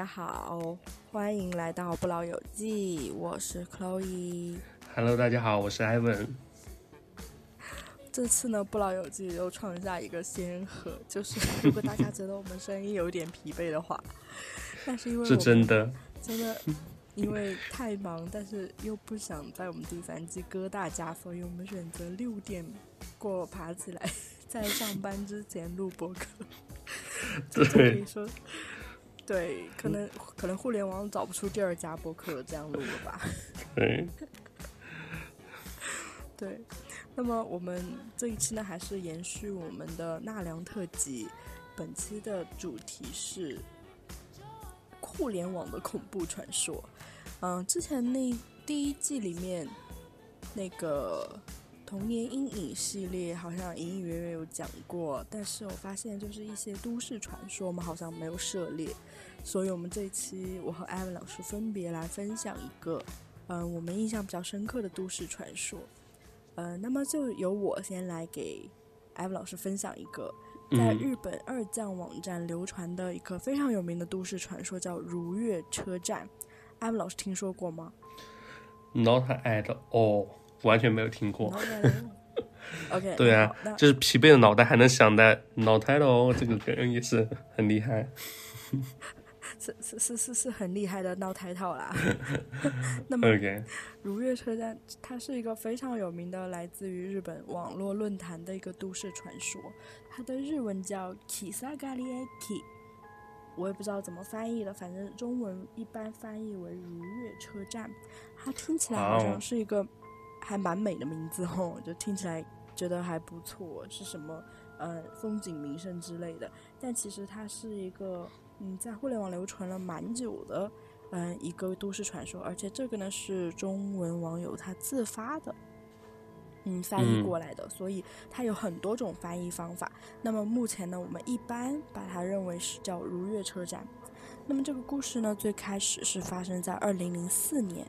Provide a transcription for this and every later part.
家好，欢迎来到不老有记，我是 Chloe。 Hello， 大家好，我是 Ivan。 这次呢，不老有记又创下一个先河，就是如果大家觉得我们声音有点疲惫的话，但是因为我们是真的因为太忙，但是又不想在我们第3季割大家，所以我们选择6点过爬起来，在上班之前录播客。这可以说，对，可能互联网找不出第2家播客这样录了吧。对，那么我们这一期呢，还是延续我们的纳凉特辑，本期的主题是互联网的恐怖传说。之前那第1季里面那个童年阴影系列好像隐隐约约有讲过，但是我发现就是一些都市传说我们好像没有涉猎，所以我们这一期我和艾文老师分别来分享一个我们印象比较深刻的都市传说。那么就由我先来给艾文老师分享一个在日本2将网站流传的一个非常有名的都市传说，叫如月车站。艾文老师听说过吗？ Not at all， 完全没有听过。 OK， 对啊，就是疲惫的脑袋还能想的 Not at all， 这个梗也是很厉害。 是很厉害的闹台套啦。那么如月车站它是一个非常有名的来自于日本网络论坛的一个都市传说，它的日文叫 Kisagari Eki， 我也不知道怎么翻译的，反正中文一般翻译为如月车站。它听起来好像是一个还蛮美的名字哦，就听起来觉得还不错，是什么风景名胜之类的，但其实它是一个在互联网流传了蛮久的一个都市传说，而且这个呢是中文网友他自发的翻译过来的，所以它有很多种翻译方法。那么目前呢，我们一般把它认为是叫如月车站。那么这个故事呢，最开始是发生在2004年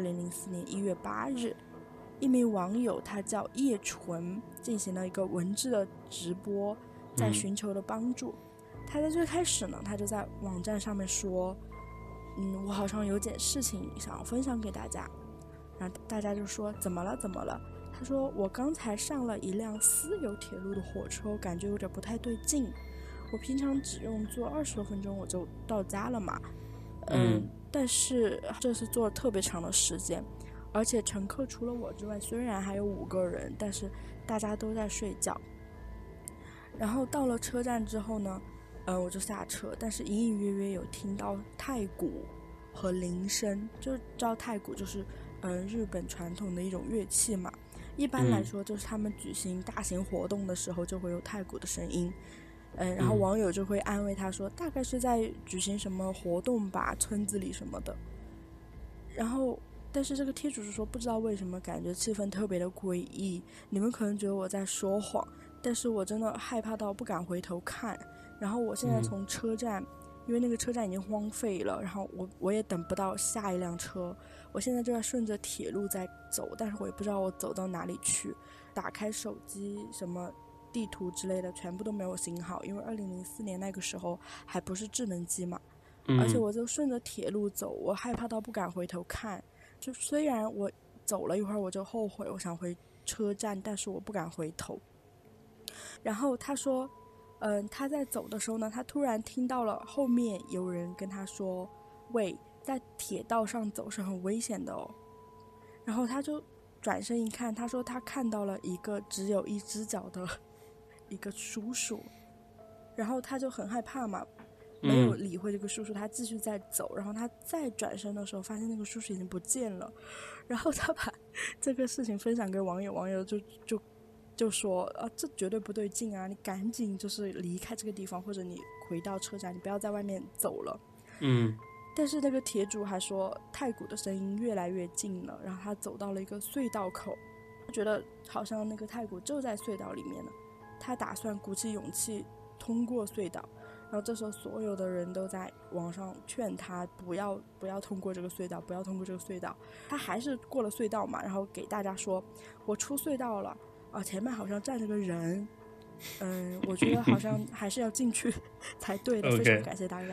1月8日，一名网友他叫叶纯，进行了一个文字的直播，在寻求的帮助。他在最开始呢，他就在网站上面说我好像有点事情想要分享给大家。然后大家就说怎么了他说我刚才上了一辆私有铁路的火车，感觉有点不太对劲，我平常只用坐20多分钟我就到家了嘛，但是这是坐了特别长的时间，而且乘客除了我之外虽然还有5个人，但是大家都在睡觉。然后到了车站之后呢，我就下车，但是隐隐约约有听到太鼓和铃声，就知道太鼓就是日本传统的一种乐器嘛，一般来说就是他们举行大型活动的时候就会有太鼓的声音。然后网友就会安慰他说大概是在举行什么活动吧，村子里什么的。然后但是这个贴主是说不知道为什么感觉气氛特别的诡异，你们可能觉得我在说谎，但是我真的害怕到不敢回头看。然后我现在从车站因为那个车站已经荒废了，然后我也等不到下一辆车，我现在就在顺着铁路在走，但是我也不知道我走到哪里去。打开手机什么地图之类的全部都没有信号，因为2004年那个时候还不是智能机嘛，而且我就顺着铁路走，我害怕到不敢回头看。就虽然我走了一会儿我就后悔，我想回车站，但是我不敢回头。然后他说他在走的时候呢，他突然听到了后面有人跟他说喂，在铁道上走是很危险的哦。然后他就转身一看，他说他看到了一个只有1只脚的一个叔叔，然后他就很害怕嘛，没有理会这个叔叔，他继续在走。然后他再转身的时候发现那个叔叔已经不见了，然后他把这个事情分享给网友，网友就说这绝对不对劲啊，你赶紧就是离开这个地方，或者你回到车站，你不要在外面走了。但是那个铁主还说太鼓的声音越来越近了，然后他走到了一个隧道口，他觉得好像那个太鼓就在隧道里面了，他打算鼓起勇气通过隧道。然后这时候所有的人都在网上劝他不要通过这个隧道，不要通过这个隧道。他还是过了隧道嘛，然后给大家说我出隧道了前面好像站着个人我觉得好像还是要进去才对的非常感谢大家。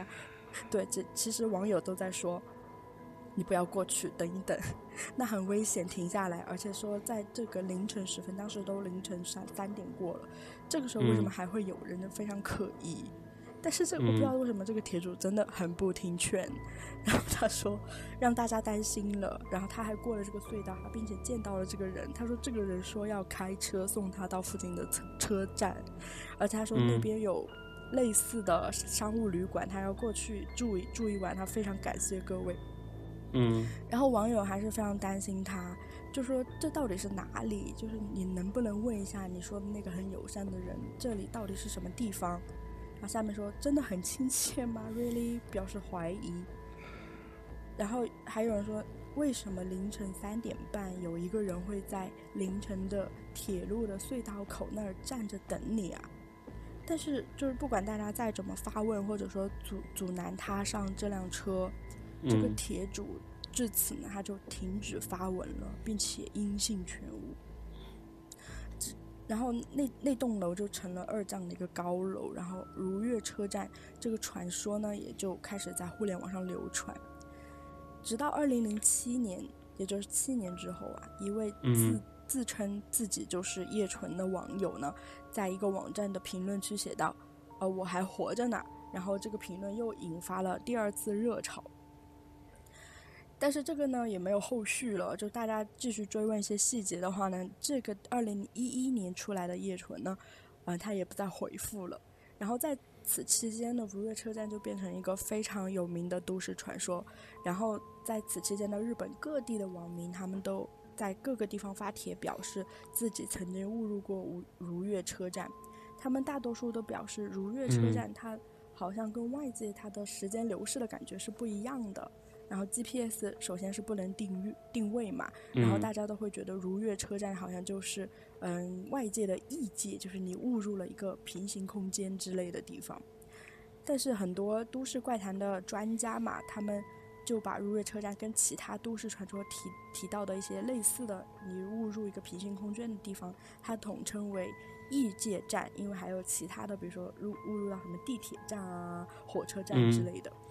对，其实网友都在说你不要过去，等一等，那很危险，停下来。而且说在这个凌晨时分，当时都凌晨3点过了，这个时候为什么还会有人非常可疑？但是我不知道为什么这个铁主真的很不听劝，然后他说让大家担心了，然后他还过了这个隧道，并且见到了这个人，他说这个人说要开车送他到附近的车站，而且他说那边有类似的商务旅馆，他要过去住一晚，他非常感谢各位。然后网友还是非常担心他，就说这到底是哪里，就是你能不能问一下你说的那个很友善的人，这里到底是什么地方？然后下面说真的很亲切吗 ？Really 表示怀疑。然后还有人说，为什么凌晨3点半有一个人会在凌晨的铁路的隧道口那儿站着等你啊？但是就是不管大家再怎么发问，或者说阻拦他上这辆车，这个铁主至此呢他就停止发文了，并且音信全无。然后那栋楼就成了2丈的一个高楼，然后如月车站这个传说呢也就开始在互联网上流传，直到2007年，也就是7年之后啊，一位自称自己就是叶纯的网友呢，在一个网站的评论区写道：“我还活着呢。”然后这个评论又引发了第2次热潮。但是这个呢也没有后续了，就大家继续追问一些细节的话呢，这个2011年出来的叶纯呢，他也不再回复了。然后在此期间呢，如月车站就变成一个非常有名的都市传说。然后在此期间的日本各地的网民，他们都在各个地方发帖表示自己曾经误入过如月车站。他们大多数都表示如月车站它好像跟外界它的时间流逝的感觉是不一样的。然后 GPS 首先是不能定位嘛，然后大家都会觉得如月车站好像就是外界的异界，就是你误入了一个平行空间之类的地方。但是很多都市怪谈的专家嘛，他们就把如月车站跟其他都市传说提到的一些类似的你误入一个平行空间的地方，它统称为异界站，因为还有其他的比如说误入到什么地铁站啊火车站之类的。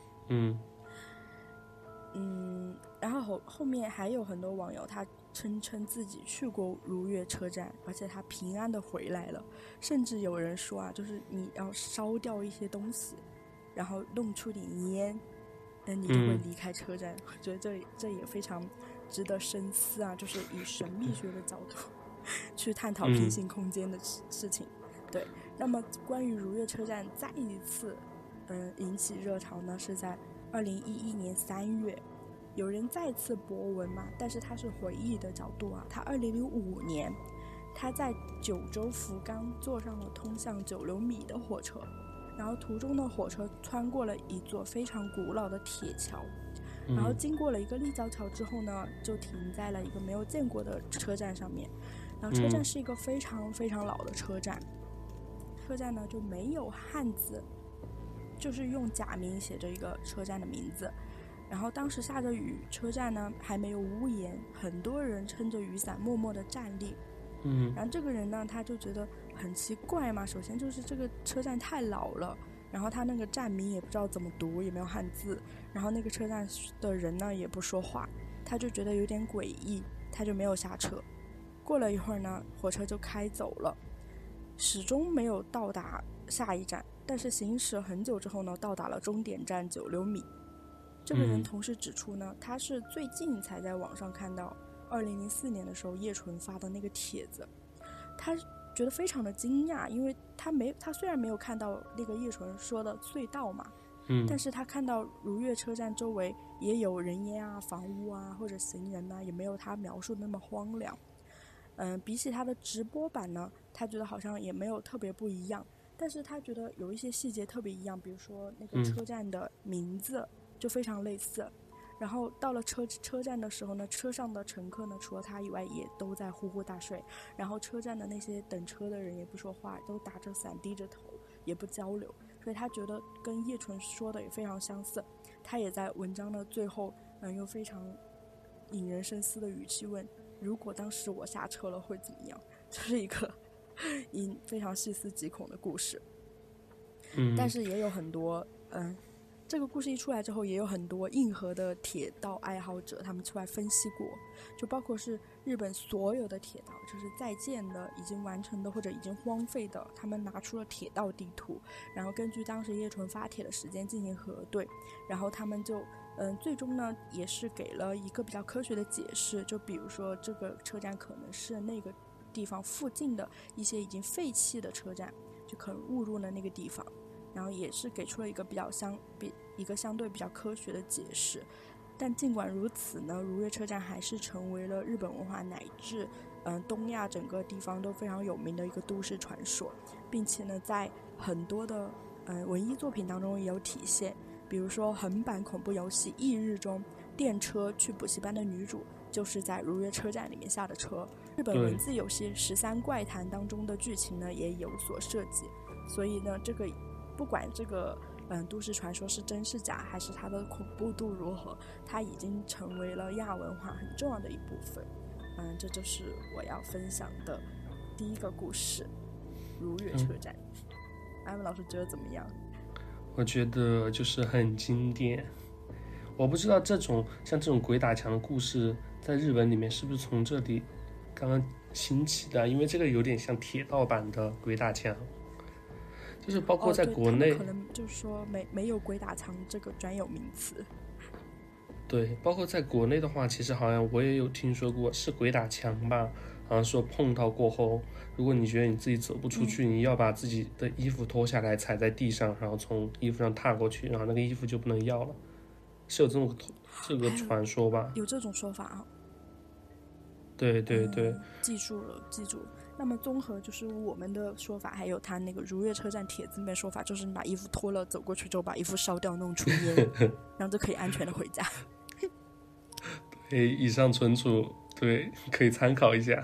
然后后面还有很多网友他称自己去过如月车站，而且他平安的回来了，甚至有人说啊，就是你要烧掉一些东西，然后弄出点烟，你就会离开车站。我觉得这也非常值得深思啊，就是以神秘学的角度去探讨平行空间的事情。对，那么关于如月车站再一次引起热潮呢，是在2011年3月，有人再次博文嘛，但是他是回忆的角度啊。他2005年，他在九州福冈坐上了通向九流米的火车，然后途中的火车穿过了一座非常古老的铁桥，然后经过了一个立交桥之后呢，就停在了一个没有见过的车站上面。然后车站是一个非常非常老的车站，车站呢就没有汉字，就是用假名写着一个车站的名字。然后当时下着雨，车站呢还没有屋檐，很多人撑着雨伞默默地站立。然后这个人呢他就觉得很奇怪嘛，首先就是这个车站太老了，然后他那个站名也不知道怎么读，也没有汉字，然后那个车站的人呢也不说话，他就觉得有点诡异，他就没有下车。过了一会儿呢，火车就开走了，始终没有到达下一站，但是行驶很久之后呢，到达了终点站九流米。这个人同时指出呢，他是最近才在网上看到2004年的时候叶纯发的那个帖子，他觉得非常的惊讶，因为他虽然没有看到那个叶纯说的隧道嘛，但是他看到如月车站周围也有人烟啊、房屋啊或者行人啊，也没有他描述的那么荒凉。比起他的直播版呢，他觉得好像也没有特别不一样，但是他觉得有一些细节特别一样，比如说那个车站的名字就非常类似。然后到了车站的时候呢，车上的乘客呢，除了他以外也都在呼呼大睡，然后车站的那些等车的人也不说话，都打着伞低着头，也不交流，所以他觉得跟叶纯说的也非常相似。他也在文章的最后用非常引人深思的语气问，如果当时我下车了会怎么样？这是一个非常细思极恐的故事。但是也有很多这个故事一出来之后，也有很多硬核的铁道爱好者，他们出来分析过，就包括是日本所有的铁道，就是在建的、已经完成的或者已经荒废的，他们拿出了铁道地图，然后根据当时叶纯发帖的时间进行核对，然后他们就最终呢也是给了一个比较科学的解释，就比如说这个车站可能是那个地方附近的一些已经废弃的车站，就可能误入了那个地方。然后也是给出了一个相对比较科学的解释，但尽管如此呢，如月车站还是成为了日本文化乃至东亚整个地方都非常有名的一个都市传说，并且呢，在很多的文艺作品当中也有体现，比如说横版恐怖游戏《翌日》中，电车去补习班的女主就是在如月车站里面下的车。日本文字游戏《13怪谈》当中的剧情呢也有所涉及，所以呢，这个不管这个都市传说是真是假，还是它的恐怖度如何，它已经成为了亚文化很重要的一部分。这就是我要分享的第一个故事，如月车站。艾文老师觉得怎么样？ 我觉得就是很经典。我不知道像这种鬼打墙的故事，在日本里面是不是从这里刚刚兴起的？因为这个有点像铁道版的鬼打墙。就是包括在国内， 可能就是说没有鬼打墙这个专有名词。 对，包括在国内的话，其实好像我也有听说过，是鬼打墙吧？好像说碰到过后，如果你觉得你自己走不出去，你要把自己的衣服脱下来踩在地上，然后从衣服上踏过去，然后那个衣服就不能要了，是有这个传说吧？ 有这种说法啊？ 对对对， 记住了。那么综合就是我们的说法，还有他那个如月车站帖子里面说法，就是你把衣服脱了走过去之后，把衣服烧掉，弄出烟，然后就可以安全的回家。 对，以上纯属对，可以参考一下。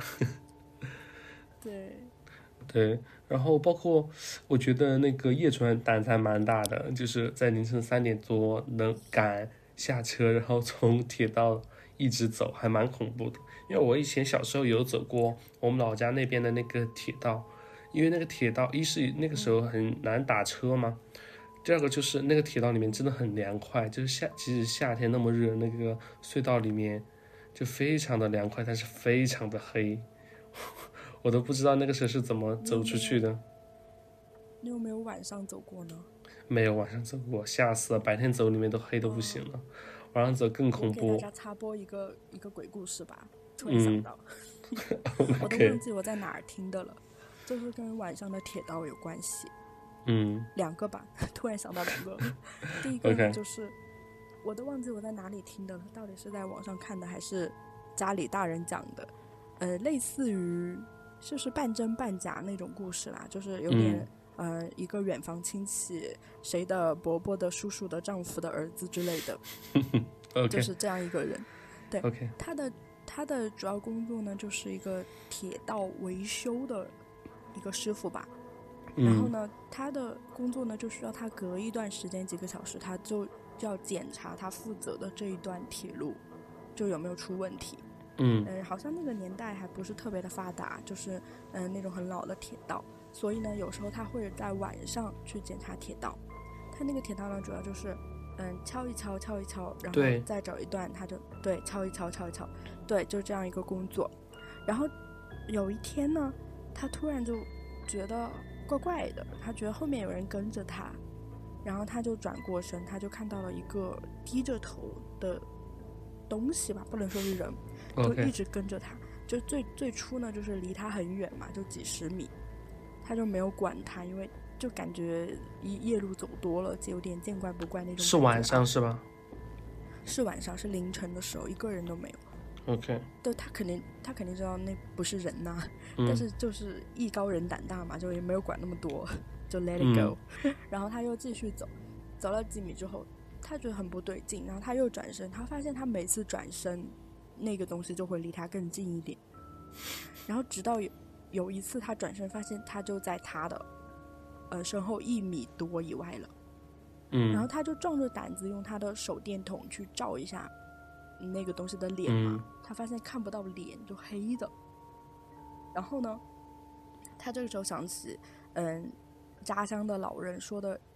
对，然后包括我觉得那个叶纯胆子还蛮大的，就是在凌晨3点多能赶下车，然后从铁道一直走，还蛮恐怖的。因为我以前小时候有走过我们老家那边的那个铁道，因为那个铁道一是那个时候很难打车嘛，第二个就是那个铁道里面真的很凉快，就是即使夏天那么热，那个隧道里面就非常的凉快，但是非常的黑，我都不知道那个时候是怎么走出去的。 你有没有晚上走过呢？ 没有晚上走过，吓死了！白天走里面都黑都不行了，晚上走更恐怖。 我给大家插播一个鬼故事吧，突然想到，我都忘记我在哪儿听的了，就是跟晚上的铁道有关系。2个吧，突然想到2个。第一个呢，就是我都忘记我在哪里听的了，到底是在网上看的还是家里大人讲的？类似于就是半真半假那种故事啦，就是有点。一个远房亲戚，谁的伯伯的叔叔的丈夫的儿子之类的，就是这样一个人。对，他的主要工作呢，就是一个铁道维修的一个师傅吧。然后呢，他的工作呢，就需要他隔一段时间几个小时，他就要检查他负责的这一段铁路就有没有出问题。好像那个年代还不是特别的发达，就是那种很老的铁道。所以呢，有时候他会在晚上去检查铁道。他那个铁道呢，主要就是敲一敲，然后再找一段，他就敲一敲，对，就是这样一个工作。然后有一天呢，他突然就觉得怪怪的，他觉得后面有人跟着他，然后他就转过身，他就看到了一个低着头的东西吧，不能说是人，就一直跟着他。就最初呢，就是离他很远嘛，就几十米。他就没有管他，因为就感觉夜路走多了，就有点见怪不怪那种。 是晚上是吧？ 是晚上，是凌晨的时候，一个人都没有。 OK。 对，他肯定知道那不是人呐，但是就是艺高人胆大嘛，就也没有管那么多，就 let it go。然后他又继续走了几米之后，他觉得很不对劲，然后他又转身，他发现他每次转身，那个东西就会离他更近一点，然后直到有一次他转身发现他就在他的身后1米多以外了。然后他就壮着胆子用他的手电筒去照一下那个东西的脸嘛，他发现看不到脸，就黑的。然后呢，他这个时候想起家乡的老人说的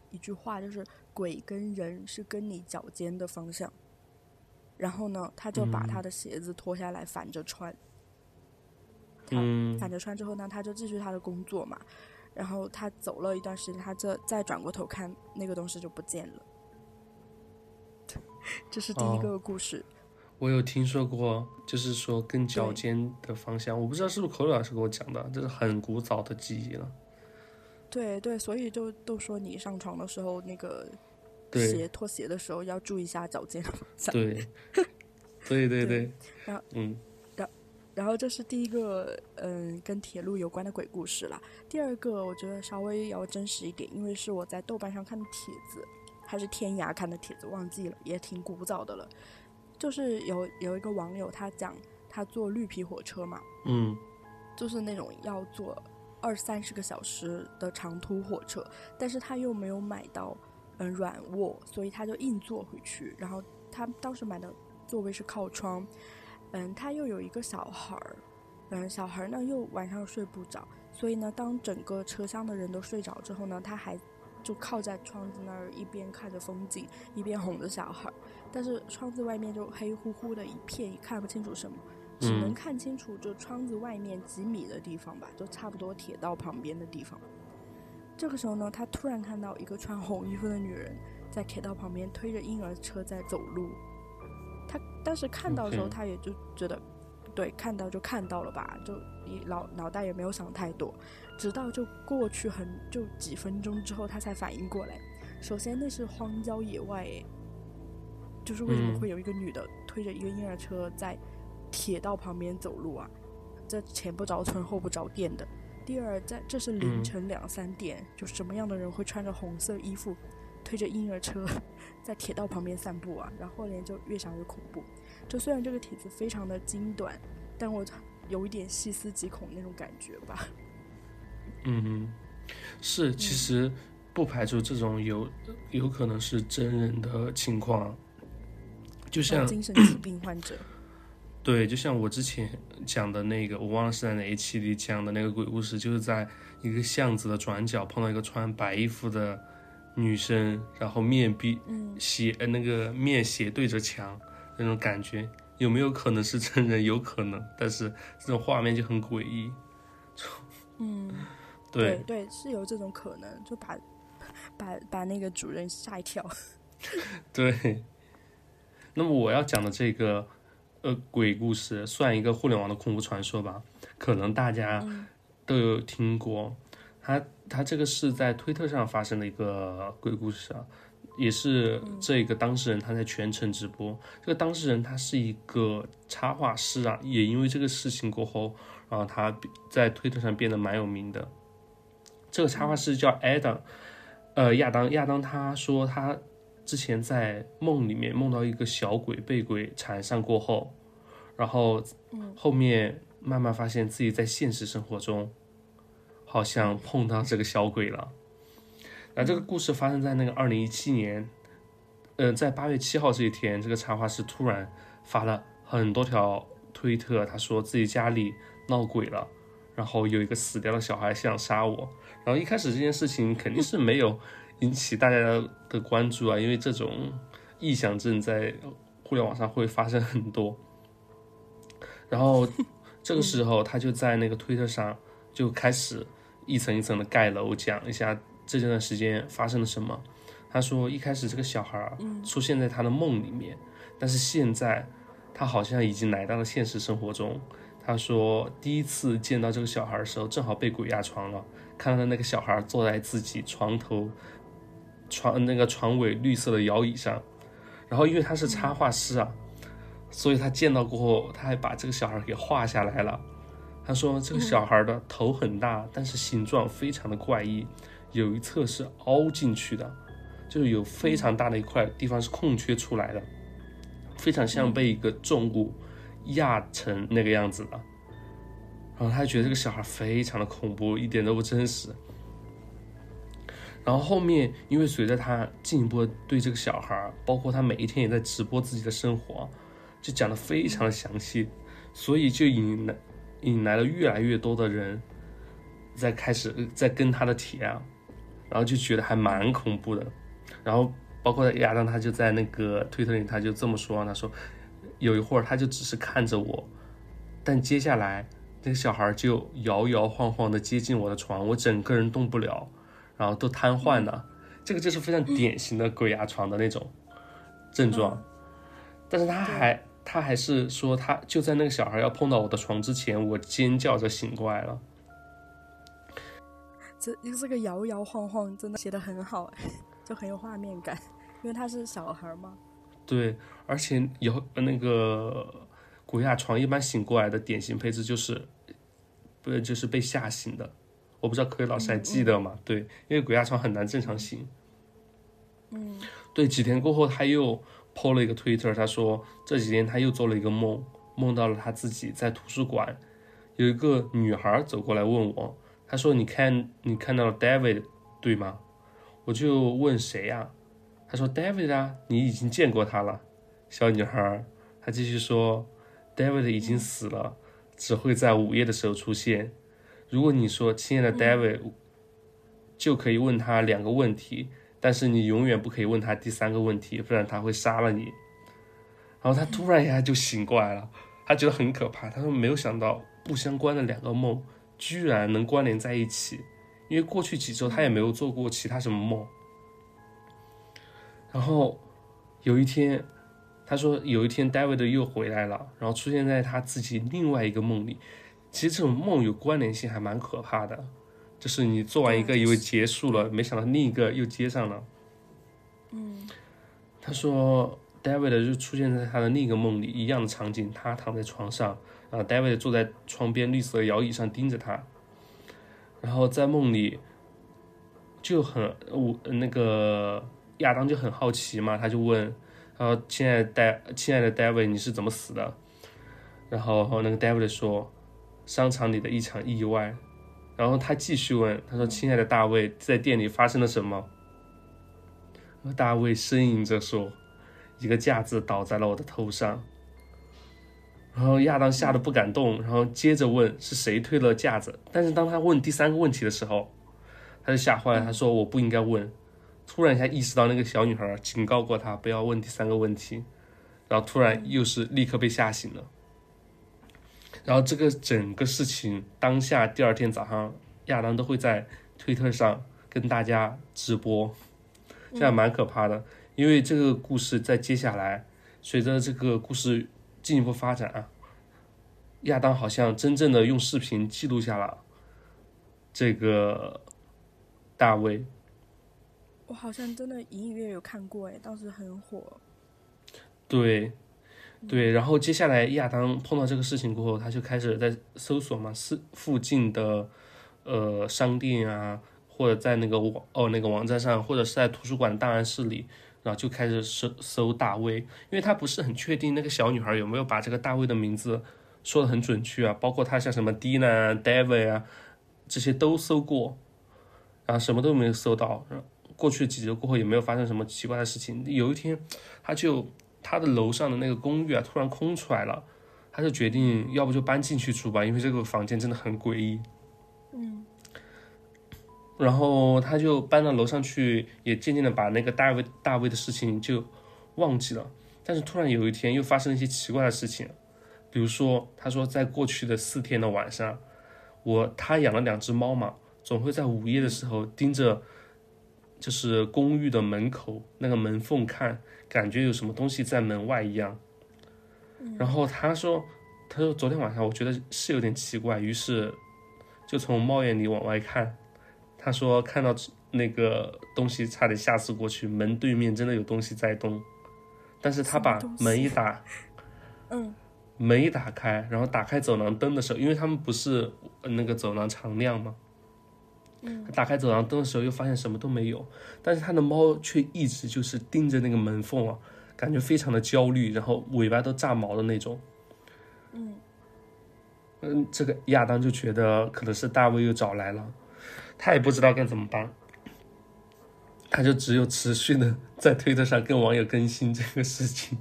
一句话，就是鬼跟人是跟你脚尖的方向。然后呢，他就把他的鞋子脱下来反着穿。反着穿之后呢，他就继续他的工作嘛。然后他走了一段时间，他再转过头看，那个东西就不见了。这是第一个故事。 我有听说过，就是说跟脚尖的方向，我不知道是不是口里老师给我讲的，这是很古早的记忆了。 对对，所以就都说你上床的时候，那个脱鞋的时候要注意一下脚尖的方向。 对，对对对。 然后然后这是第一个跟铁路有关的鬼故事啦。第二个我觉得稍微要真实一点，因为是我在豆瓣上看的帖子，还是天涯看的帖子忘记了，也挺古早的了。就是有一个网友他讲他坐绿皮火车嘛，就是那种要坐20-30个小时的长途火车，但是他又没有买到软卧，所以他就硬坐回去。然后他当时买的座位是靠窗，他又有一个小孩儿，小孩呢又晚上睡不着，所以呢当整个车厢的人都睡着之后呢，他还就靠在窗子那儿，一边看着风景一边哄着小孩。但是窗子外面就黑乎乎的一片，也看不清楚什么，只能看清楚就窗子外面几米的地方吧，就差不多铁道旁边的地方。这个时候呢，他突然看到一个穿红衣服的女人在铁道旁边推着婴儿车在走路。他当时看到的时候，他也就觉得对，看到就看到了吧，就脑袋也没有想太多，直到就过去就几分钟之后，他才反应过来。首先那是荒郊野外，就是为什么会有一个女的推着一个婴儿车在铁道旁边走路啊？这前不着村后不着店的。第二，这是凌晨2-3点，就什么样的人会穿着红色衣服推着婴儿车在铁道旁边散步啊？然后后面就越想越恐怖。就虽然这个帖子非常的精短，但我有一点细思极恐那种感觉吧。 是，其实不排除这种有可能是真人的情况，就像精神疾病患者。 对，就像我之前讲的那个，我忘了是在哪一期里讲的那个鬼故事，就是在一个巷子的转角碰到一个穿白衣服的女生，然后面斜对着墙那种感觉，有没有可能是真人？有可能，但是这种画面就很诡异。对对，是有这种可能，就把那个主人吓一跳。 对，那么我要讲的这个鬼故事算一个互联网的恐怖传说吧，可能大家都有听过。他这个是在推特上发生的一个鬼故事啊，也是这个当事人他在全程直播。这个当事人他是一个插画师啊，也因为这个事情过后，然后他在推特上变得蛮有名的。这个插画师叫亚当他说他之前在梦里面梦到一个小鬼被鬼缠上过后，然后后面慢慢发现自己在现实生活中好像碰到这个小鬼了。那这个故事发生在那个2017年，在8月7号这一天，这个插画师突然发了很多条推特，他说自己家里闹鬼了，然后有一个死掉的小孩想杀我。然后一开始这件事情肯定是没有引起大家的关注啊，因为这种臆想症在互联网上会发生很多。然后这个时候他就在那个推特上就开始一层一层的盖楼，讲一下这段时间发生了什么。他说一开始这个小孩出现在他的梦里面，但是现在他好像已经来到了现实生活中。他说第一次见到这个小孩的时候正好被鬼压床了，看到那个小孩坐在自己床尾绿色的摇椅上，然后因为他是插画师啊，所以他见到过后他还把这个小孩给画下来了。他说这个小孩的头很大，但是形状非常的怪异，有一侧是凹进去的，就是有非常大的一块地方是空缺出来的，非常像被一个重物压成那个样子的。然后他觉得这个小孩非常的恐怖，一点都不真实。然后后面因为随着他进一步对这个小孩，包括他每一天也在直播自己的生活，就讲得非常的详细，所以就引来了越来越多的人在跟他的帖啊， 然后就觉得还蛮恐怖的。然后包括亚当他就在那个推特里他就这么说，他说有一会儿他就只是看着我，但接下来那个小孩就摇摇晃晃的接近我的床，我整个人动不了，然后都瘫痪了。这个就是非常典型的鬼压床的那种症状。但是他还是说，他就在那个小孩要碰到我的床之前，我尖叫着醒过来了。 这个摇摇晃晃真的写得很好，就很有画面感，因为他是小孩嘛。 对，而且那个鬼压床一般醒过来的典型配置就是被吓醒的。我不知道柯宇老师还记得吗？对，因为鬼压床很难正常醒。对，几天过后他又 po 了一个推特，他说这几天他又做了一个梦，梦到了他自己在图书馆，有一个女孩走过来问我，他说你看到了 David 对吗？我就问谁呀？他说 David 啊，你已经见过他了。小女孩她继续说 David 已经死了，只会在午夜的时候出现。如果你说亲爱的 David，就可以问他2个问题，但是你永远不可以问他第3个问题，不然他会杀了你。然后他突然一下就醒过来了，他觉得很可怕。他说没有想到不相关的2个梦居然能关联在一起，因为过去几周他也没有做过其他什么梦。然后有一天，他说有一天 David 又回来了，然后出现在他自己另外一个梦里。其实这种梦有关联性还蛮可怕的，就是你做完一个以为结束了，没想到另一个又接上了。他说 David 就出现在他的另一个梦里，一样的场景，他躺在床上，然后 David 坐在窗边绿色摇椅上盯着他。然后在梦里就那个亚当就很好奇嘛，他就问，亲爱的 David 你是怎么死的？然后那个 David 说商场里的一场意外。然后他继续问，他说亲爱的大卫，在店里发生了什么？然后大卫呻吟着说一个架子倒在了我的头上。然后亚当吓得不敢动，然后接着问是谁推了架子。但是当他问第3个问题的时候，他就吓坏了，他说我不应该问。突然一下意识到那个小女孩警告过他不要问第3个问题，然后突然又是立刻被吓醒了。然后这个整个事情当下第2天早上，亚当都会在推特上跟大家直播，这还蛮可怕的。因为这个故事在接下来随着这个故事进一步发展啊，亚当好像真正的用视频记录下了这个大卫。 我好像真的隐隐约约有看过，当时很火。 对，然后接下来亚当碰到这个事情过后，他就开始在搜索嘛，附近的商店啊，或者在那个网站上，或者是在图书馆档案室里，然后就开始搜大卫，因为他不是很确定那个小女孩有没有把这个大卫的名字说得很准确啊，包括他像什么 Dina 啊、David 啊这些都搜过，然后什么都没有搜到。过去几周过后也没有发生什么奇怪的事情。有一天，他的楼上的那个公寓啊突然空出来了，他就决定要不就搬进去住吧，因为这个房间真的很诡异。然后他就搬到楼上去，也渐渐的把那个大卫的事情就忘记了。但是突然有一天又发生了一些奇怪的事情，比如说他说在过去的4天的晚上，他养了2只猫嘛，总会在午夜的时候盯着就是公寓的门口那个门缝看，感觉有什么东西在门外一样。然后他说昨天晚上我觉得是有点奇怪，于是就从猫眼里往外看，他说看到那个东西差点吓死过去，门对面真的有东西在动。但是他把门一打，门一打开，然后打开走廊灯的时候，因为他们不是那个走廊常亮吗？打开走廊灯的时候又发现什么都没有，但是他的猫却一直就是盯着那个门缝啊，感觉非常的焦虑，然后尾巴都炸毛的那种。这个亚当就觉得可能是大卫又找来了，他也不知道该怎么办，他就只有持续的在推特上跟网友更新这个事情。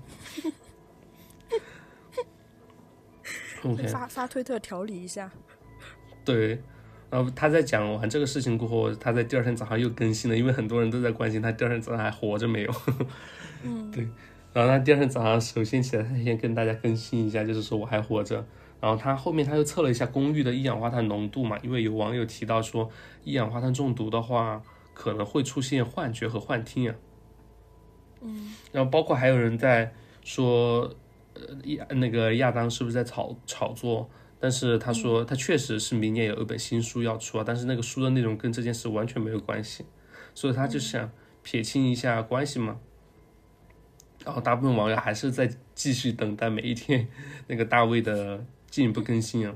发推特调理一下。 对， 然后他在讲完这个事情过后，他在第二天早上又更新了，因为很多人都在关心他第二天早上还活着没有。对。然后他第二天早上首先起来，他先跟大家更新一下，就是说我还活着。然后他后面他又测了一下公寓的一氧化碳浓度嘛，因为有网友提到说一氧化碳中毒的话可能会出现幻觉和幻听啊。然后包括还有人在说，那个亚当是不是在炒作？但是他说他确实是明年有一本新书要出啊，但是那个书的内容跟这件事完全没有关系，所以他就想撇清一下关系嘛。然后大部分网友还是在继续等待每一天那个大卫的进一步更新啊。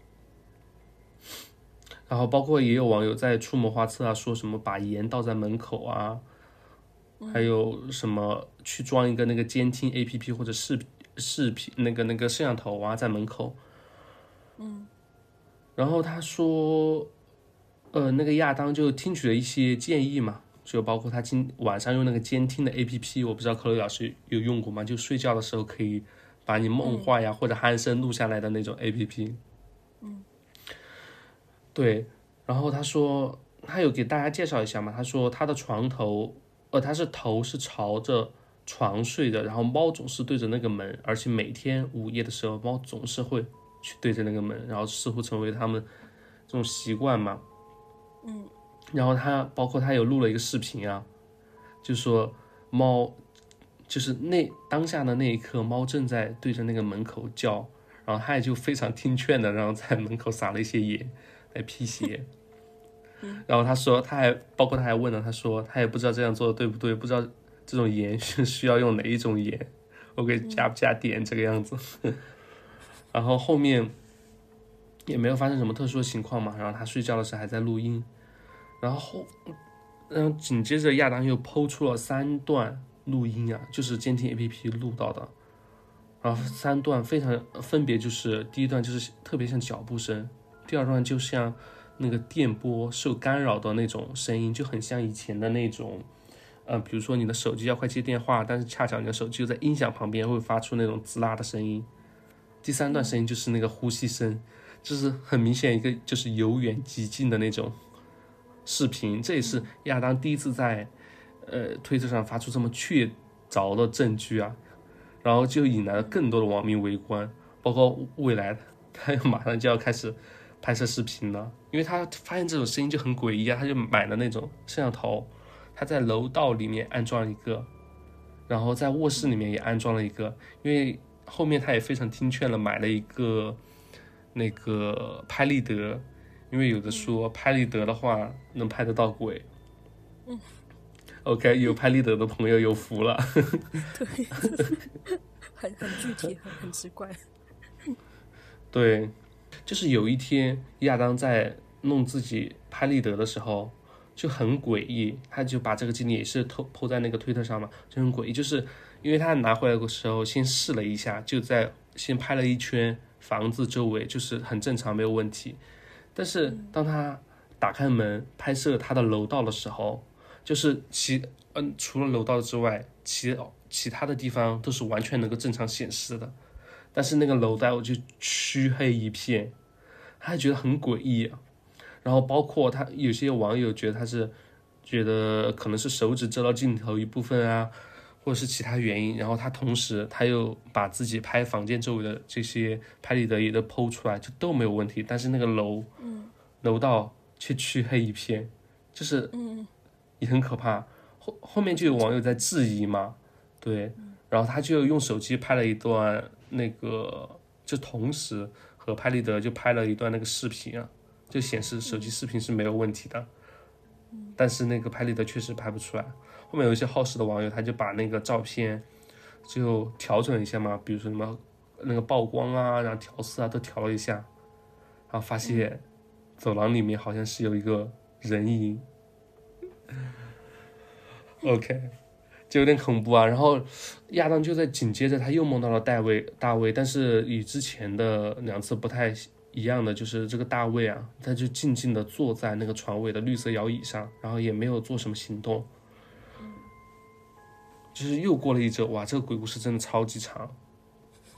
然后包括也有网友在出谋划策啊，说什么把盐倒在门口啊，还有什么去装一个那个监听 APP 或者视频那个摄像头啊在门口。然后他说，那个亚当就听取了一些建议嘛，就包括他今晚上用那个监听的 APP， 我不知道克洛老师有用过吗？就睡觉的时候可以把你梦话呀、或者鼾声录下来的那种 APP。对。然后他说他有给大家介绍一下嘛，他说他的床头，他是头是朝着床睡的，然后猫总是对着那个门，而且每天午夜的时候猫总是会去对着那个门，然后似乎成为他们这种习惯嘛。然后包括他有录了一个视频啊，就说猫就是当下的那一刻，猫正在对着那个门口叫，然后他也就非常听劝的，然后在门口撒了一些盐来辟邪。然后他说他还问了，他说他也不知道这样做的对不对，不知道这种盐是需要用哪一种盐，我给加不加点这个样子。然后后面也没有发生什么特殊的情况嘛，然后他睡觉的时候还在录音。然后紧接着亚当又抛出了3段录音啊，就是监听 APP 录到的。然后3段非常分别，就是第一段就是特别像脚步声，第二段就像那个电波受干扰的那种声音，就很像以前的那种，比如说你的手机要快接电话，但是恰巧你的手机又在音响旁边，会发出那种滋啦的声音。第3段声音就是那个呼吸声，就是很明显一个就是由远及近的那种视频。这也是亚当第一次在推特上发出这么确凿的证据啊，然后就引来了更多的网民围观，包括未来他马上就要开始拍摄视频了，因为他发现这种声音就很诡异啊，他就买了那种摄像头，他在楼道里面安装了一个，然后在卧室里面也安装了一个，因为后面他也非常听劝了，买了一个那个拍立得，因为有的说拍立得的话能拍得到鬼。OK， 有拍立得的朋友有福了。 对，很具体，很直观。 对，就是有一天亚当在弄自己拍立得的时候就很诡异，他就把这个经历也是po在那个推特上嘛，就很诡异，就是因为他拿回来的时候先试了一下，就先拍了一圈房子周围，就是很正常没有问题。但是当他打开门拍摄他的楼道的时候，就是除了楼道之外，其他的地方都是完全能够正常显示的，但是那个楼道就黢黑一片，他还觉得很诡异啊。然后包括他有些网友觉得可能是手指遮到镜头一部分啊，或者是其他原因，然后同时他又把自己拍房间周围的这些拍立得也都剖出来，就都没有问题，但是那个楼道却黢黑一片，就是也很可怕。后面就有网友在质疑嘛，对，然后他就用手机拍了一段那个，就同时和拍立得就拍了一段那个视频啊，就显示手机视频是没有问题的，但是那个拍立得确实拍不出来。后面有一些好事的网友，他就把那个照片就调整一下嘛，比如说什么那个曝光啊，然后调色啊都调了一下，然后发现走廊里面好像是有一个人影。OK， 就有点恐怖啊。然后亚当就在紧接着他又梦到了大卫，但是与之前的2次不太一样的就是这个大卫啊，他就静静的坐在那个床尾的绿色摇椅上，然后也没有做什么行动。就是又过了一周，哇，这个鬼故事真的超级长。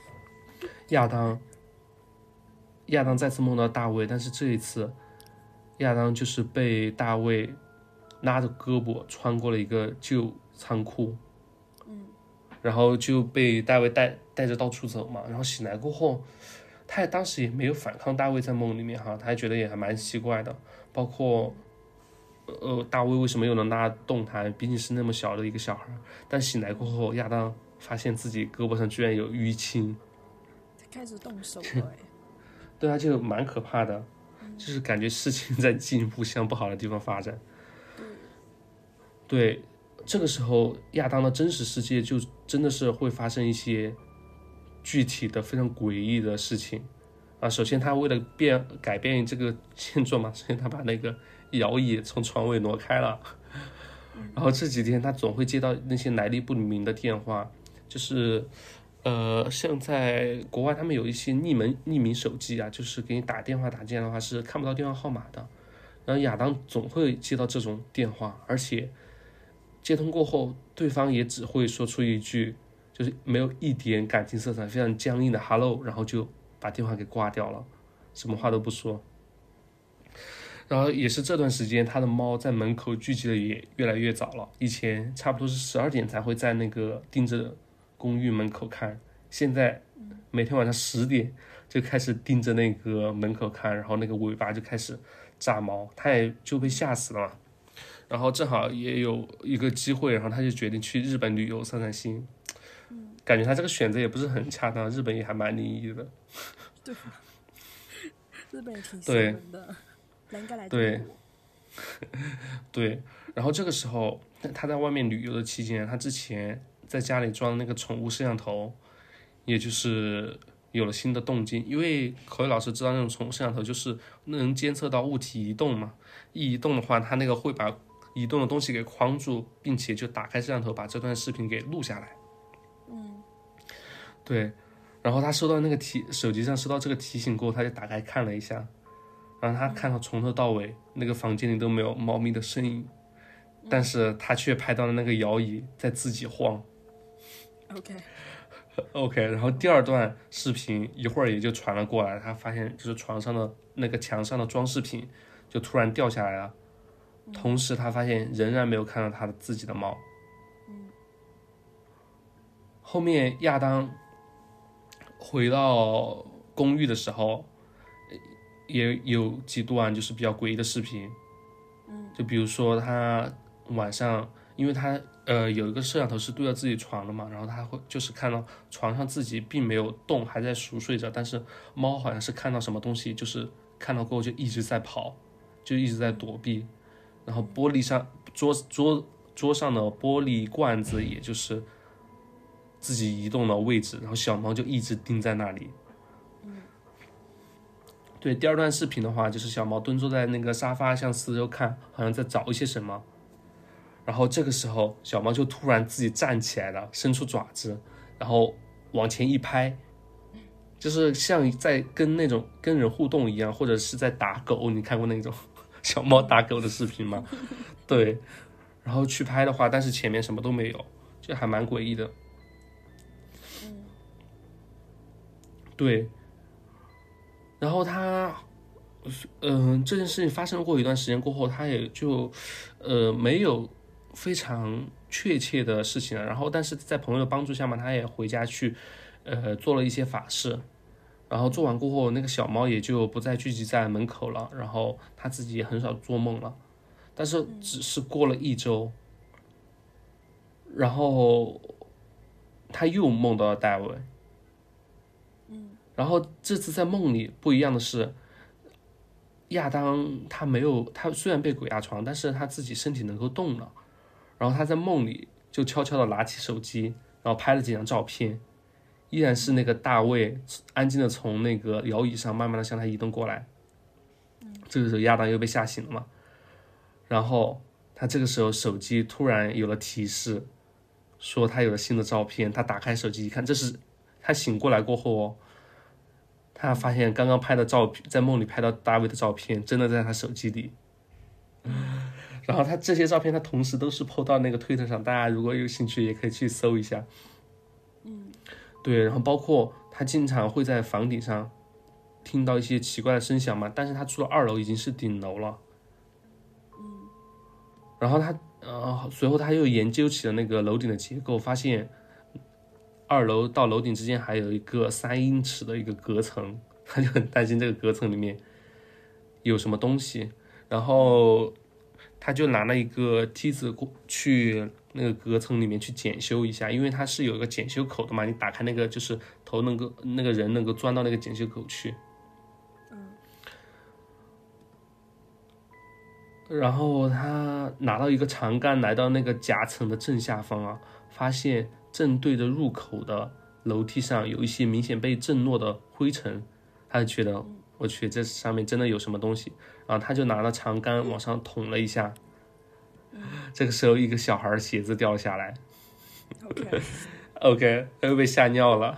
亚当再次梦到大卫，但是这一次亚当就是被大卫拉着胳膊穿过了一个旧仓库，然后就被大卫带着到处走嘛。然后醒来过后，他也当时也没有反抗大卫在梦里面哈，他还觉得也还蛮奇怪的，包括大卫为什么又能拉动他，毕竟是那么小的一个小孩。但醒来过后，亚当发现自己胳膊上居然有淤青， 他开始动手了对啊，就蛮可怕的，就是感觉事情在进一步向不好的地方发展。对，这个时候亚当的真实世界就真的是会发生一些具体的非常诡异的事情啊。首先他为了改变这个现状嘛，首先他把那个摇椅从床尾挪开了，然后这几天他总会接到那些来历不明的电话，就是像在国外他们有一些匿名手机啊，就是给你打电话打进来的话是看不到电话号码的，然后亚当总会接到这种电话，而且接通过后对方也只会说出一句就是没有一点感情色彩非常僵硬的 hello， 然后就把电话给挂掉了，什么话都不说。然后也是这段时间他的猫在门口聚集的也越来越早了，以前差不多是12点才会在那个盯着公寓门口看，现在每天晚上10点就开始盯着那个门口看，然后那个尾巴就开始炸毛，他也就被吓死了嘛。然后正好也有一个机会，然后他就决定去日本旅游散散心。感觉他这个选择也不是很恰当，日本也还蛮灵异的。 对，日本也挺邪门的，应该来中国。 对，然后这个时候他在外面旅游的期间，他之前在家里装那个宠物摄像头，也就是有了新的动静。因为口语老师知道那种宠物摄像头就是能监测到物体移动嘛，一移动的话，它那个会把移动的东西给框住，并且就打开摄像头把这段视频给录下来。对，然后他收到那个手机上收到这个提醒过后，他就打开看了一下，然后他看到从头到尾那个房间里都没有猫咪的身影，但是他却拍到了那个摇椅在自己晃。OK， 然后第二段视频一会儿也就传了过来，他发现就是床上的那个墙上的装饰品就突然掉下来了，同时他发现仍然没有看到他自己的猫。后面亚当回到公寓的时候，也有几段就是比较诡异的视频，就比如说他晚上，因为他有一个摄像头是对着自己床的嘛，然后他会就是看到床上自己并没有动，还在熟睡着，但是猫好像是看到什么东西，就是看到过后就一直在跑，就一直在躲避，然后玻璃上桌上的玻璃罐子也就是自己移动的位置，然后小猫就一直盯在那里。对，第二段视频的话，就是小猫蹲坐在那个沙发向四周看，好像在找一些什么。然后这个时候，小猫就突然自己站起来了，伸出爪子，然后往前一拍，就是像在跟那种跟人互动一样，或者是在打狗。你看过那种小猫打狗的视频吗？对，然后去拍的话，但是前面什么都没有，就还蛮诡异的。对，然后他，这件事情发生过一段时间过后，他也就，没有非常确切的事情了。然后，但是在朋友的帮助下嘛，他也回家去，做了一些法事。然后做完过后，那个小猫也就不再聚集在门口了。然后他自己也很少做梦了。但是只是过了1周，然后他又梦到了大卫。然后这次在梦里不一样的是，亚当他没有，他虽然被鬼压床，但是他自己身体能够动了。然后他在梦里就悄悄地拿起手机，然后拍了几张照片，依然是那个大卫安静的从那个摇椅上慢慢的向他移动过来。这个时候亚当又被吓醒了嘛，然后他这个时候手机突然有了提示，说他有了新的照片。他打开手机一看，这是他醒过来过后哦，他发现刚刚拍的照片，在梦里拍到大卫的照片真的在他手机里。然后他这些照片他同时都是 po 到那个推特上，大家如果有兴趣也可以去搜一下。对，然后包括他经常会在房顶上听到一些奇怪的声响嘛，但是他住了2楼已经是顶楼了。然后他随后他又研究起了那个楼顶的结构，发现2楼到楼顶之间还有一个3英尺的一个隔层，他就很担心这个隔层里面有什么东西，然后他就拿了一个梯子去那个隔层里面去检修一下，因为它是有一个检修口的嘛，你打开那个就是头那个人能够钻到那个检修口去。然后他拿到一个长杆，来到那个夹层的正下方啊，发现正对着入口的楼梯上有一些明显被震落的灰尘，他就觉得我去，这上面真的有什么东西。然后他就拿了长杆往上捅了一下，这个时候一个小孩的鞋子掉了下来。OK， 他又被吓尿了。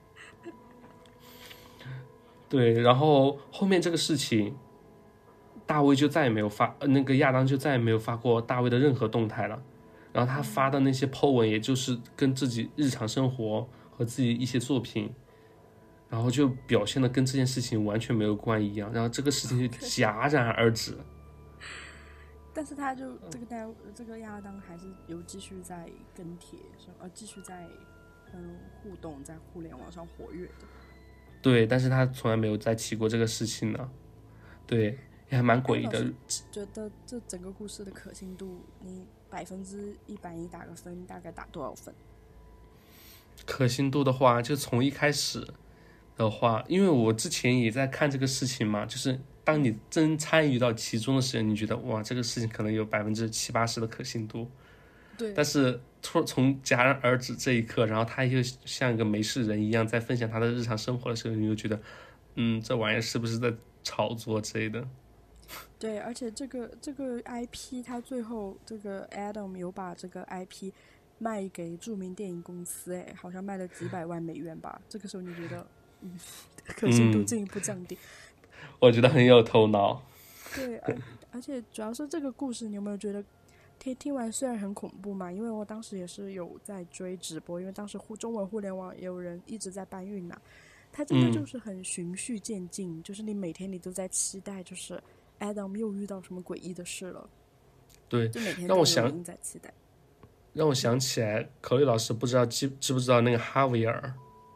对，然后后面这个事情。大卫就再也没有那个亚当就再也没有发过大卫的任何动态了，然后他发的那些 po 文，也就是跟自己日常生活和自己一些作品，然后就表现的跟这件事情完全没有关一样，然后这个事情就戛然而止。 但是他就这个亚当还是有继续在跟帖，继续在互动，在互联网上活跃的。 对，但是他从来没有再提过这个事情呢。对。也还蛮诡异的。 觉得这整个故事的可信度，你100%你打个分，大概打多少分？ 可信度的话，就从一开始的话，因为我之前也在看这个事情嘛，就是当你真参与到其中的时候，你觉得哇，这个事情可能有70-80%的可信度。 对。 但是从戛然而止这一刻，然后他又像一个没事人一样在分享他的日常生活的时候，你就觉得，这玩意儿是不是在炒作之类的？ 对，而且这个 IP， 它最后这个 Adam 有把这个 IP 卖给著名电影公司，好像卖了几百万美元吧。这个时候你觉得，可信度进一步降低？ 我觉得很有头脑。 对，而且主要是这个故事，你有没有觉得听完虽然很恐怖嘛？因为我当时也是有在追直播，因为当时中文互联网也有人一直在搬运呐。它真的就是很循序渐进，就是你每天你都在期待，就是。Adam 又遇到什么诡异的事了？ 对， 就每天让我想起来，口里老师不知道知不知道那个哈维尔，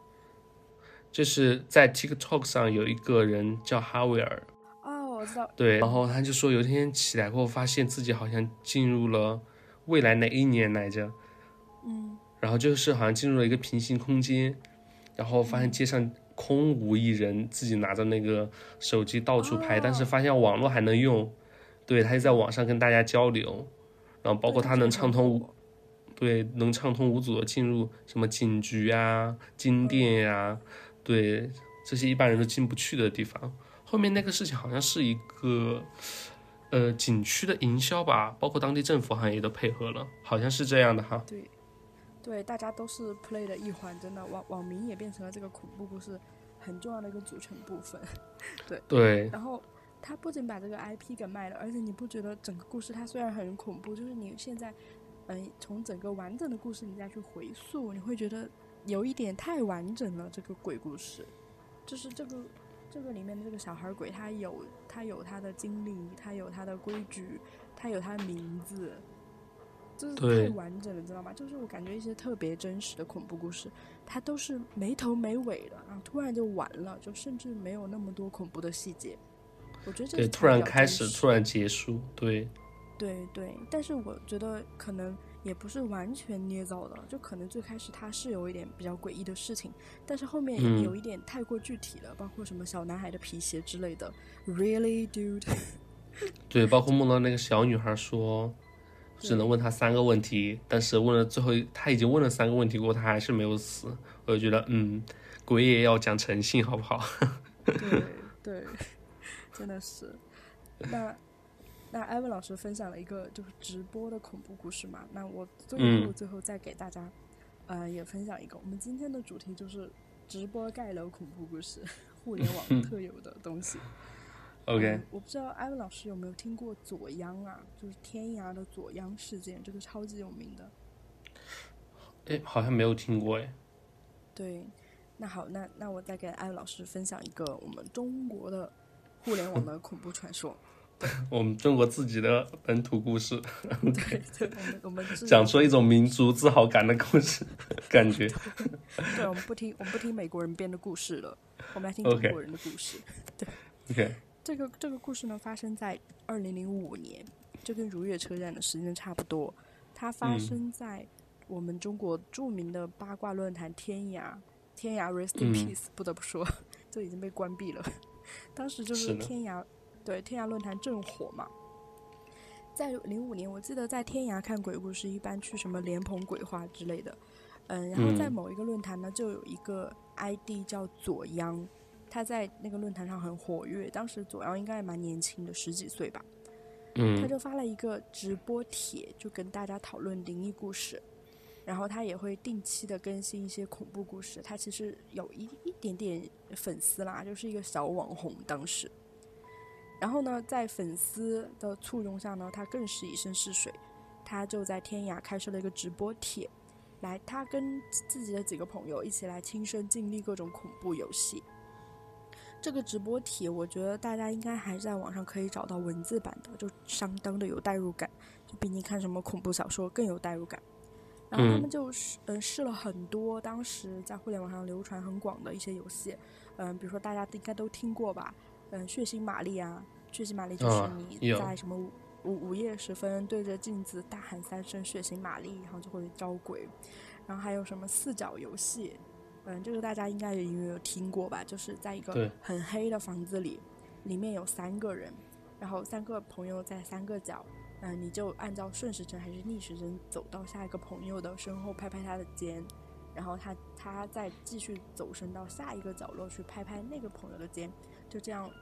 就是在 TikTok 上有一个人叫哈维尔。 我知道。 对，然后他就说有一天起来后，发现自己好像进入了未来哪一年来着？然后就是好像进入了一个平行空间，然后发现街上。空无一人，自己拿着那个手机到处拍，但是发现网络还能用，对，他就在网上跟大家交流，然后包括他能畅通无阻的进入什么警局啊、金店啊，对，这些一般人都进不去的地方。后面那个事情好像是一个景区的营销吧，包括当地政府好像也都配合了，好像是这样的哈。 对，大家都是 play 的一环，真的网民也变成了这个恐怖故事很重要的一个组成部分。对。然后他不仅把这个 IP 给卖了，而且你不觉得整个故事它虽然很恐怖，就是你现在从整个完整的故事你再去回溯，你会觉得有一点太完整了。这个鬼故事就是这个里面的这个小孩鬼，他有他的经历，他有他的规矩，他有他的名字。就是太完整了，知道吗？就是我感觉一些特别真实的恐怖故事，它都是没头没尾的，然后突然就完了，就甚至没有那么多恐怖的细节。我觉得这突然开始，突然结束，对。 但是我觉得可能也不是完全捏造的，就可能最开始它是有一点比较诡异的事情，但是后面也有一点太过具体了，包括什么小男孩的皮鞋之类的。Really, dude？ 对，包括梦到那个小女孩说。只能问他3个问题，但是问了最后他已经问了3个问题过，他还是没有死。我就觉得，鬼也要讲诚信，好不好？ 对，真的是。那艾文老师分享了一个就是直播的恐怖故事嘛，那我最后再给大家，也分享一个。我们今天的主题就是直播盖楼恐怖故事，互联网特有的东西。 OK， 我不知道艾文老师有没有听过左央啊，就是天涯的左央事件，这个超级有名的。 好像没有听过哎。 对， 那好，那我再给艾老师分享一个我们中国的互联网的恐怖传说。 我们中国自己的本土故事。 对对，我们讲出一种民族自豪感的故事感觉。 对，我们不听美国人编的故事了，我们来听中国人的故事。对 ，OK， 这个故事呢发生在2005年，就跟如月车站的时间差不多。它发生在我们中国著名的八卦论坛天涯 Rest in Peace，不得不说，就已经被关闭了。当时就是天涯论坛正火嘛。在05年，我记得在天涯看鬼故事，一般去什么莲蓬鬼话之类的。然后在某一个论坛呢，就有一个 ID 叫左央，他在那个论坛上很活跃。当时左央应该也蛮年轻的，10几岁吧。他就发了一个直播帖，就跟大家讨论灵异故事。然后他也会定期的更新一些恐怖故事。他其实有一点点粉丝啦，就是一个小网红当时。然后呢，在粉丝的簇拥下呢，他更是以身试水，他就在天涯开设了一个直播帖，他跟自己的几个朋友一起来亲身经历各种恐怖游戏。这个直播帖我觉得大家应该还在网上可以找到文字版的，就相当的有代入感，就比你看什么恐怖小说更有代入感。然后他们就试了很多当时在互联网上流传很广的一些游戏，比如说大家应该都听过吧，血腥玛丽啊，血腥玛丽就是你在什么午夜时分对着镜子大喊3声血腥玛丽，然后就会招鬼。然后还有什么4角游戏，这个大家应该也有听过吧，就是在一个很黑的房子里面有3个人，然后3个朋友在3个角，你就按照顺时针还是逆时针走到下一个朋友的身后拍拍他的肩，然后他再继续走身到下一个角落去拍拍那个朋友的肩，就这样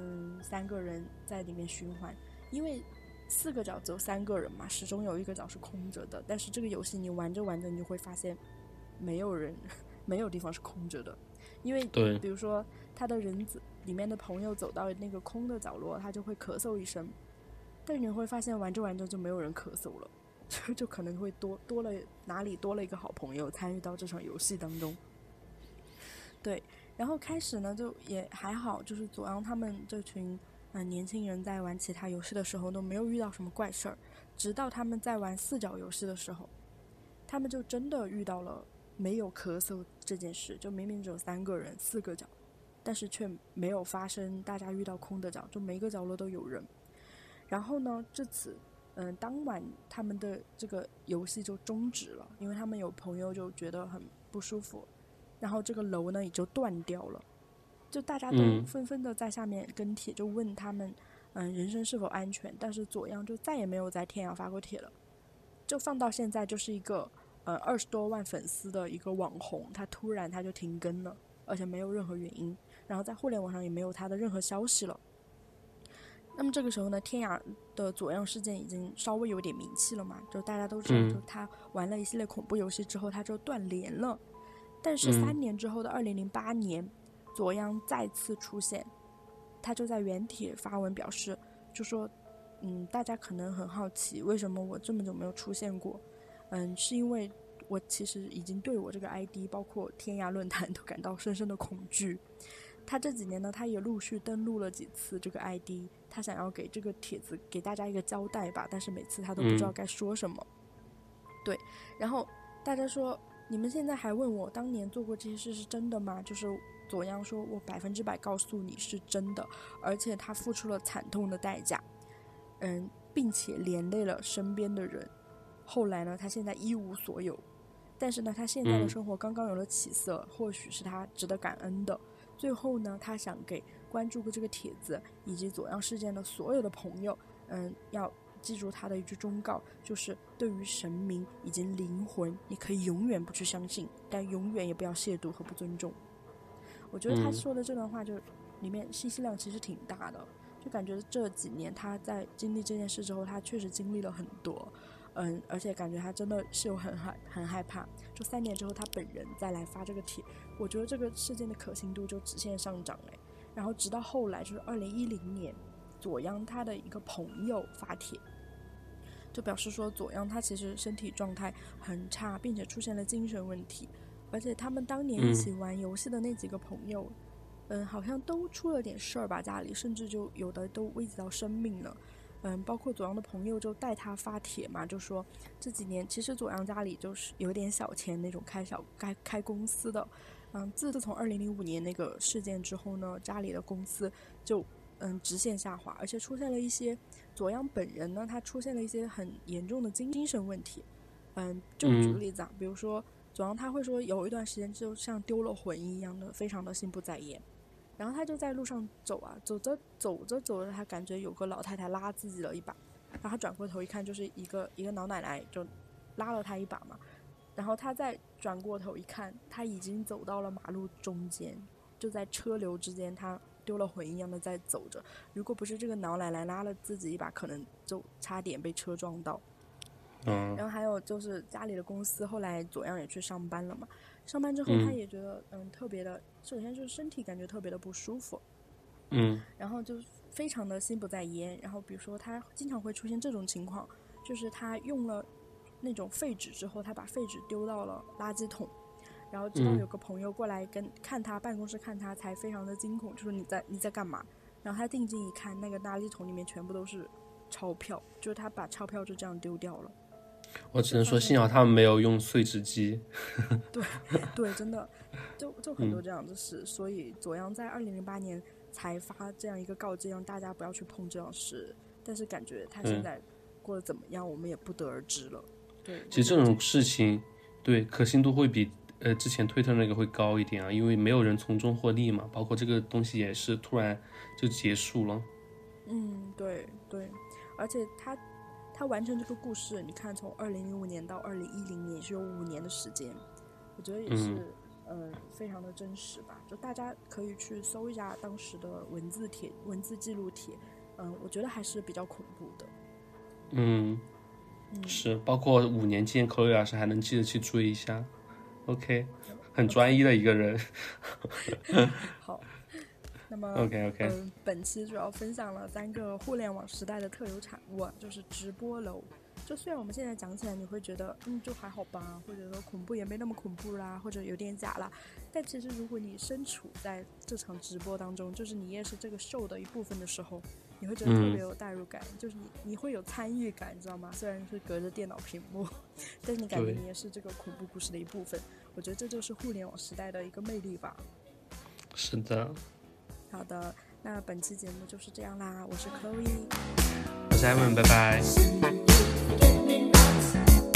3个人在里面循环。因为4个角只有3个人嘛，始终有一个角是空着的，但是这个游戏你玩着玩着你就会发现没有人，没有地方是空着的。因为比如说他的人里面的朋友走到那个空的角落，他就会咳嗽一声，但是你会发现玩着玩着就没有人咳嗽了，就可能会多了哪里多了一个好朋友参与到这场游戏当中。对，然后开始呢就也还好，就是左阳他们这群年轻人在玩其他游戏的时候都没有遇到什么怪事儿，直到他们在玩4角游戏的时候，他们就真的遇到了没有咳嗽这件事。就明明只有3个人4个角，但是却没有发生大家遇到空的角，就每一个角落都有人。然后呢，至此当晚他们的这个游戏就终止了，因为他们有朋友就觉得很不舒服，然后这个楼呢也就断掉了。就大家都纷纷的在下面跟帖，就问他们人身是否安全，但是左阳就再也没有在天涯发过帖了。就放到现在就是一个20多万粉丝的一个网红，他突然就停更了，而且没有任何原因，然后在互联网上也没有他的任何消息了。那么这个时候呢，天涯的左阳事件已经稍微有点名气了嘛，就大家都知道，就他玩了一系列恐怖游戏之后他就断联了。但是3年之后的2008年，左阳再次出现，他就在原帖发文表示，就说大家可能很好奇为什么我这么久没有出现过，是因为我其实已经对我这个 ID 包括天涯论坛都感到深深的恐惧。他这几年呢，他也陆续登录了几次这个 ID， 他想要给这个帖子给大家一个交代吧，但是每次他都不知道该说什么。对，然后大家说你们现在还问我当年做过这些事是真的吗？就是左阳说我100%告诉你是真的，而且他付出了惨痛的代价，并且连累了身边的人。后来呢，他现在一无所有，但是呢，他现在的生活刚刚有了起色，或许是他值得感恩的。最后呢，他想给关注过这个帖子以及左阳事件的所有的朋友，要记住他的一句忠告，就是对于神明以及灵魂，你可以永远不去相信，但永远也不要亵渎和不尊重。我觉得他说的这段话就里面信息量其实挺大的，就感觉这几年他在经历这件事之后，他确实经历了很多，而且感觉他真的是有很害怕。就3年之后他本人再来发这个帖，我觉得这个事件的可信度就直线上涨了。然后直到后来就是2010年，左阳他的一个朋友发帖，就表示说左阳他其实身体状态很差，并且出现了精神问题， 而且他们当年一起玩游戏的那几个朋友，好像都出了点事儿吧，家里甚至就有的都危及到生命了。包括左阳的朋友就带他发帖嘛，就说这几年其实左阳家里就是有点小钱那种开公司的。自从2005年那个事件之后呢，家里的公司就直线下滑，而且出现了一些左阳本人呢，他出现了一些很严重的精神问题。就举个例子啊，比如说左阳他会说有一段时间就像丢了魂一样的，非常的心不在焉。然后他就在路上走啊，走着，他感觉有个老太太拉自己了一把，然后他转过头一看，就是一个老奶奶就拉了他一把嘛。然后他再转过头一看，他已经走到了马路中间，就在车流之间，他丢了魂一样的在走着。如果不是这个老奶奶拉了自己一把，可能就差点被车撞到。然后还有就是家里的公司，后来左阳也去上班了嘛。上班之后他也觉得特别的，首先就是身体感觉特别的不舒服，然后就非常的心不在焉。然后比如说他经常会出现这种情况，就是他用了那种废纸之后，他把废纸丢到了垃圾桶，然后直到有个朋友过来看他办公室看他，才非常的惊恐，就说你在干嘛？然后他定睛一看，那个垃圾桶里面全部都是钞票，就是他把钞票就这样丢掉了。 我只能说幸好他们没有用碎纸机。 对，真的就很多这样的事。所以左阳在2008年才发这样一个告诫，让大家不要去碰这样的事。但是感觉他现在过得怎么样，我们也不得而知了。对， 其实这种事情对可信度会比之前推特那个会高一点啊，因为没有人从中获利嘛，包括这个东西也是突然就结束了。 对，而且他完成这个故事，你看从2005年到2010年也是有5年的时间，我觉得也是非常的真实吧。就大家可以去搜一下当时的文字记录帖，我觉得还是比较恐怖的。 是，包括5年间Chloe老师还能记得去追一下。OK， 很专一的一个人。 好，那么 OK， 本期主要分享了3个互联网时代的特有产物，就是直播楼。就虽然我们现在讲起来你会觉得就还好吧，或者说恐怖也没那么恐怖啦，或者有点假啦，但其实如果你身处在这场直播当中，就是你也是这个show的一部分的时候，你会觉得特别有代入感，就是你会有参与感，你知道吗？虽然是隔着电脑屏幕，但是你感觉你也是这个恐怖故事的一部分。我觉得这就是互联网时代的一个魅力吧。 是的。 好的，那本期节目就是这样啦，我是 Chloe， 我是 Evan， 拜拜。